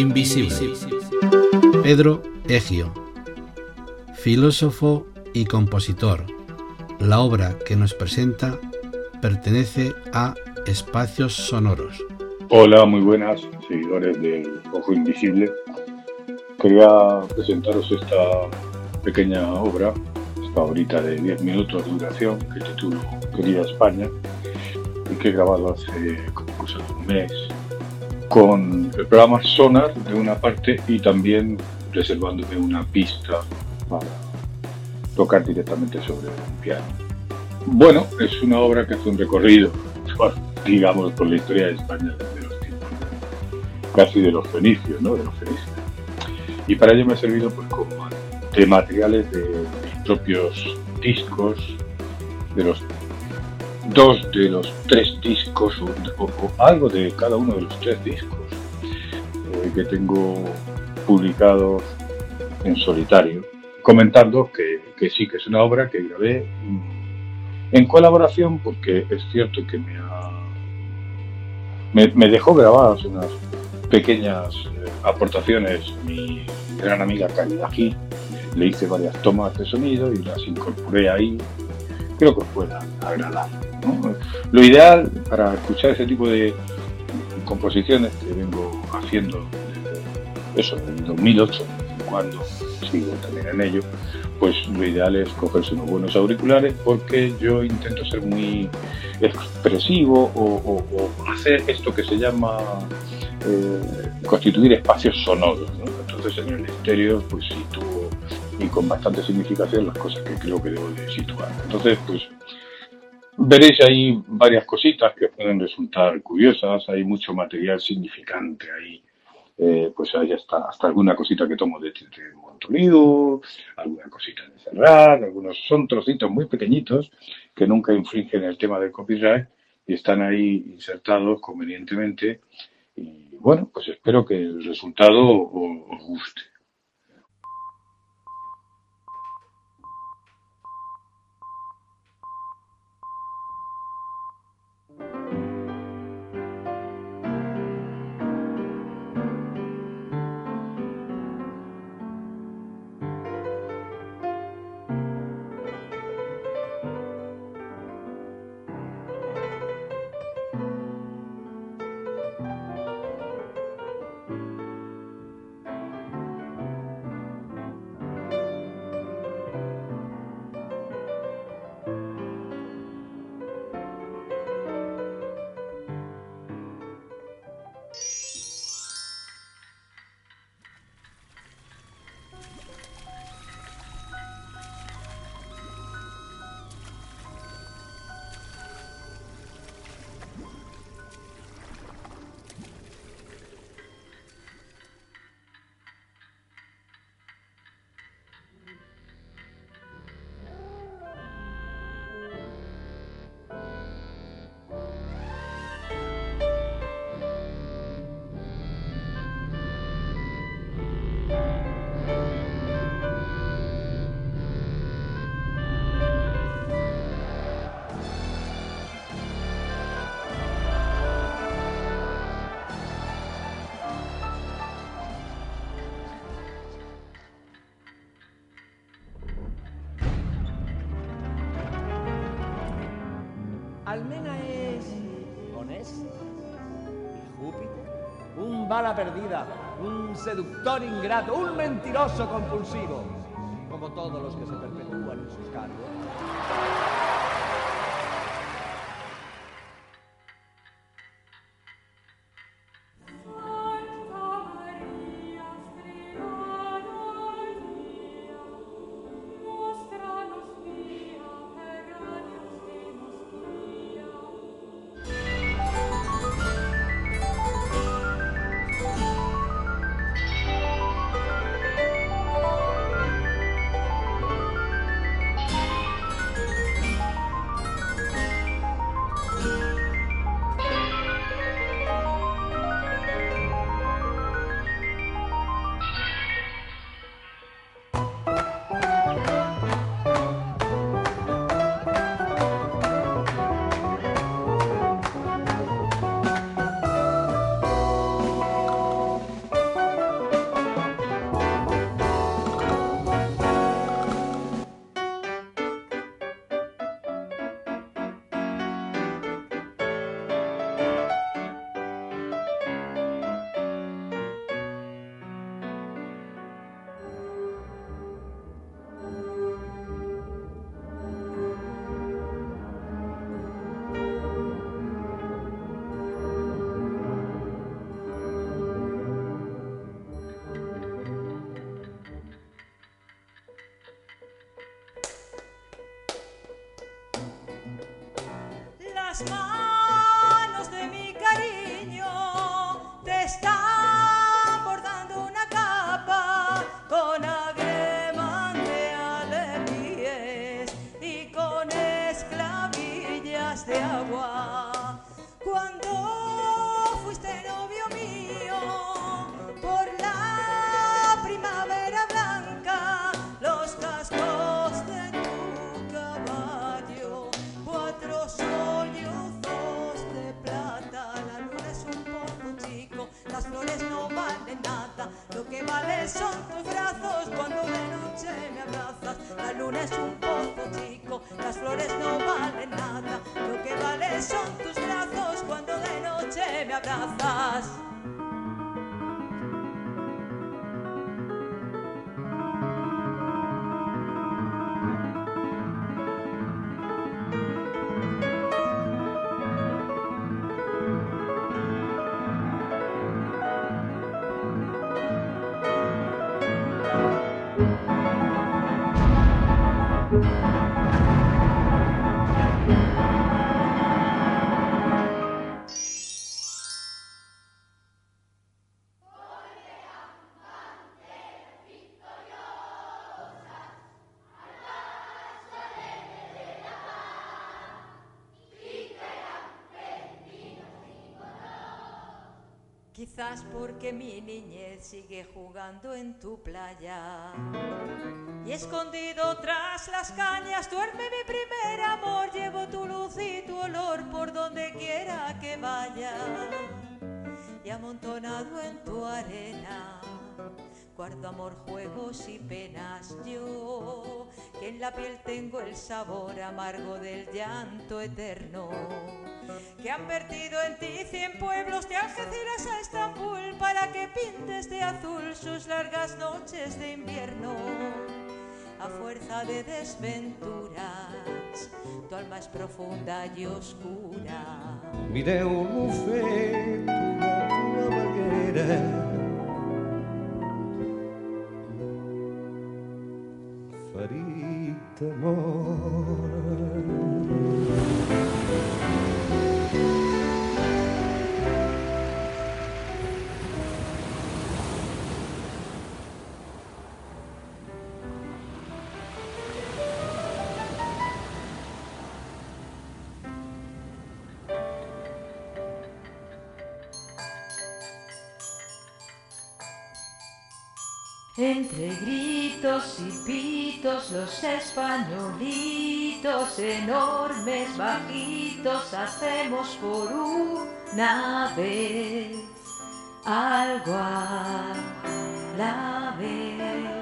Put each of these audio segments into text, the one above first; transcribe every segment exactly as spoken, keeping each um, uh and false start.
Invisible. Pedro Egio, filósofo y compositor. La obra que nos presenta pertenece a Espacios Sonoros. Hola, muy buenas, seguidores del Ojo Invisible. Quería presentaros esta pequeña obra, esta horita de diez minutos de duración, que titulo Querida España, y que he grabado hace como cosa de un mes, con el programa Sonar de una parte y también reservándome una pista para tocar directamente sobre un piano. Bueno, es una obra que hace un recorrido, digamos, por la historia de España desde los tiempos, casi de los fenicios, ¿no? De los fenicios. Y para ello me ha servido pues como de materiales de mis propios discos, de los dos de los tres discos o, o, o algo de cada uno de los tres discos eh, que tengo publicados en solitario, comentando que, que sí que es una obra que grabé en colaboración, porque es cierto que me ha me, me dejó grabadas unas pequeñas eh, aportaciones mi gran amiga Caridad Gil. Le hice varias tomas de sonido y las incorporé ahí. Creo que os pueda agradar, ¿no? Lo ideal para escuchar ese tipo de composiciones que vengo haciendo desde eso, desde el dos mil ocho, cuando sigo también en ello, pues lo ideal es cogerse unos buenos auriculares, porque yo intento ser muy expresivo o, o, o hacer esto que se llama eh, constituir espacios sonoros, ¿no? Entonces en el estéreo pues sitúo, y con bastante significación, las cosas que creo que debo de situar. Entonces pues veréis ahí varias cositas que pueden resultar curiosas, hay mucho material significante ahí. Eh, pues hay hasta, hasta alguna cosita que tomo de, de Montoliu, alguna cosita de Serrat, algunos son trocitos muy pequeñitos que nunca infringen el tema del copyright y están ahí insertados convenientemente, y bueno, pues espero que el resultado os, os guste. Almena es honesto y Júpiter un bala perdida, un seductor ingrato, un mentiroso compulsivo, como todos los que se perpetúan en sus cargos. las manos de mi cariño te están bordando una capa con agremán de alegrías y con esclavillas de agua. Cuando fuiste novio mío por la primavera blanca, los cascos de tu caballo, cuatro sollozos de plata. La luna es un poco chico, las flores no valen nada, lo que vale son tus brazos cuando de noche me abrazas. La luna es un poco chico, las flores no valen nada, lo que vale son tus brazos cuando de noche me abrazas. Quizás porque mi niñez sigue jugando en tu playa y escondido tras las cañas duerme mi primer amor. Llevo tu luz y tu olor por donde quiera que vaya y amontonado en tu arena guardo amor, juegos y penas. Yo, que en la piel tengo el sabor amargo del llanto eterno, que han vertido en ti cien pueblos de Algeciras a Estambul para que pintes de azul sus largas noches de invierno. A fuerza de desventuras, tu alma es profunda y oscura. Mireu-lo fet una claveguera, ferit d'amor. Entre gritos y pitos los españolitos enormes, bajitos, hacemos por una vez algo a la vez.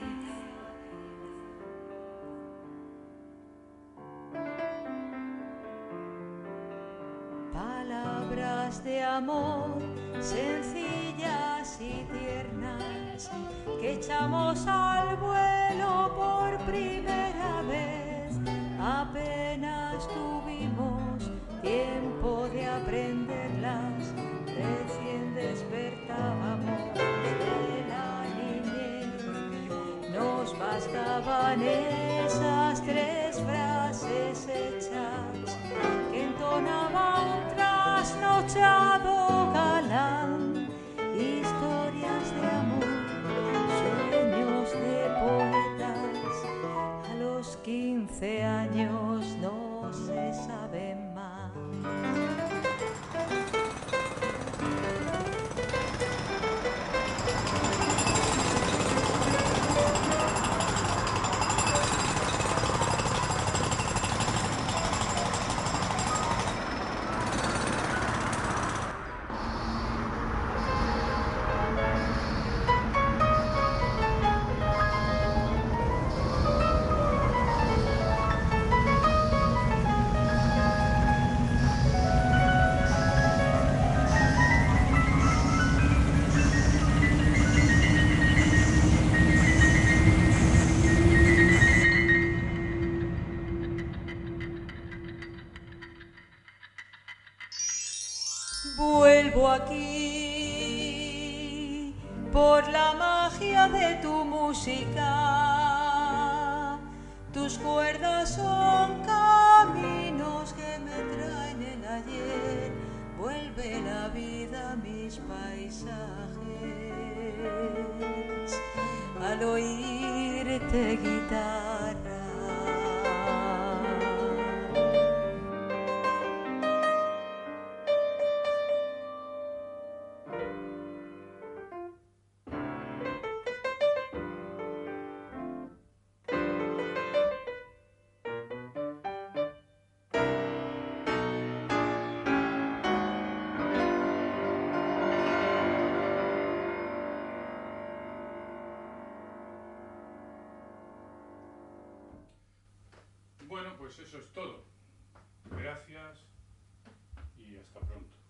Palabras de amor sencillas y tiernas que echamos al vuelo por primera vez. Apenas tuvimos tiempo de aprenderlas, recién despertábamos de la niñez. Nos bastaban esas tres frases hechas que entonaba un trasnochado galán, historias de amor, sueños de poetas. A los quince años no se sabe más. Vuelvo aquí por la magia de tu música. Tus cuerdas son caminos que me traen en mis paisajes al oírte guitarra. Bueno, pues eso es todo. Gracias y hasta pronto.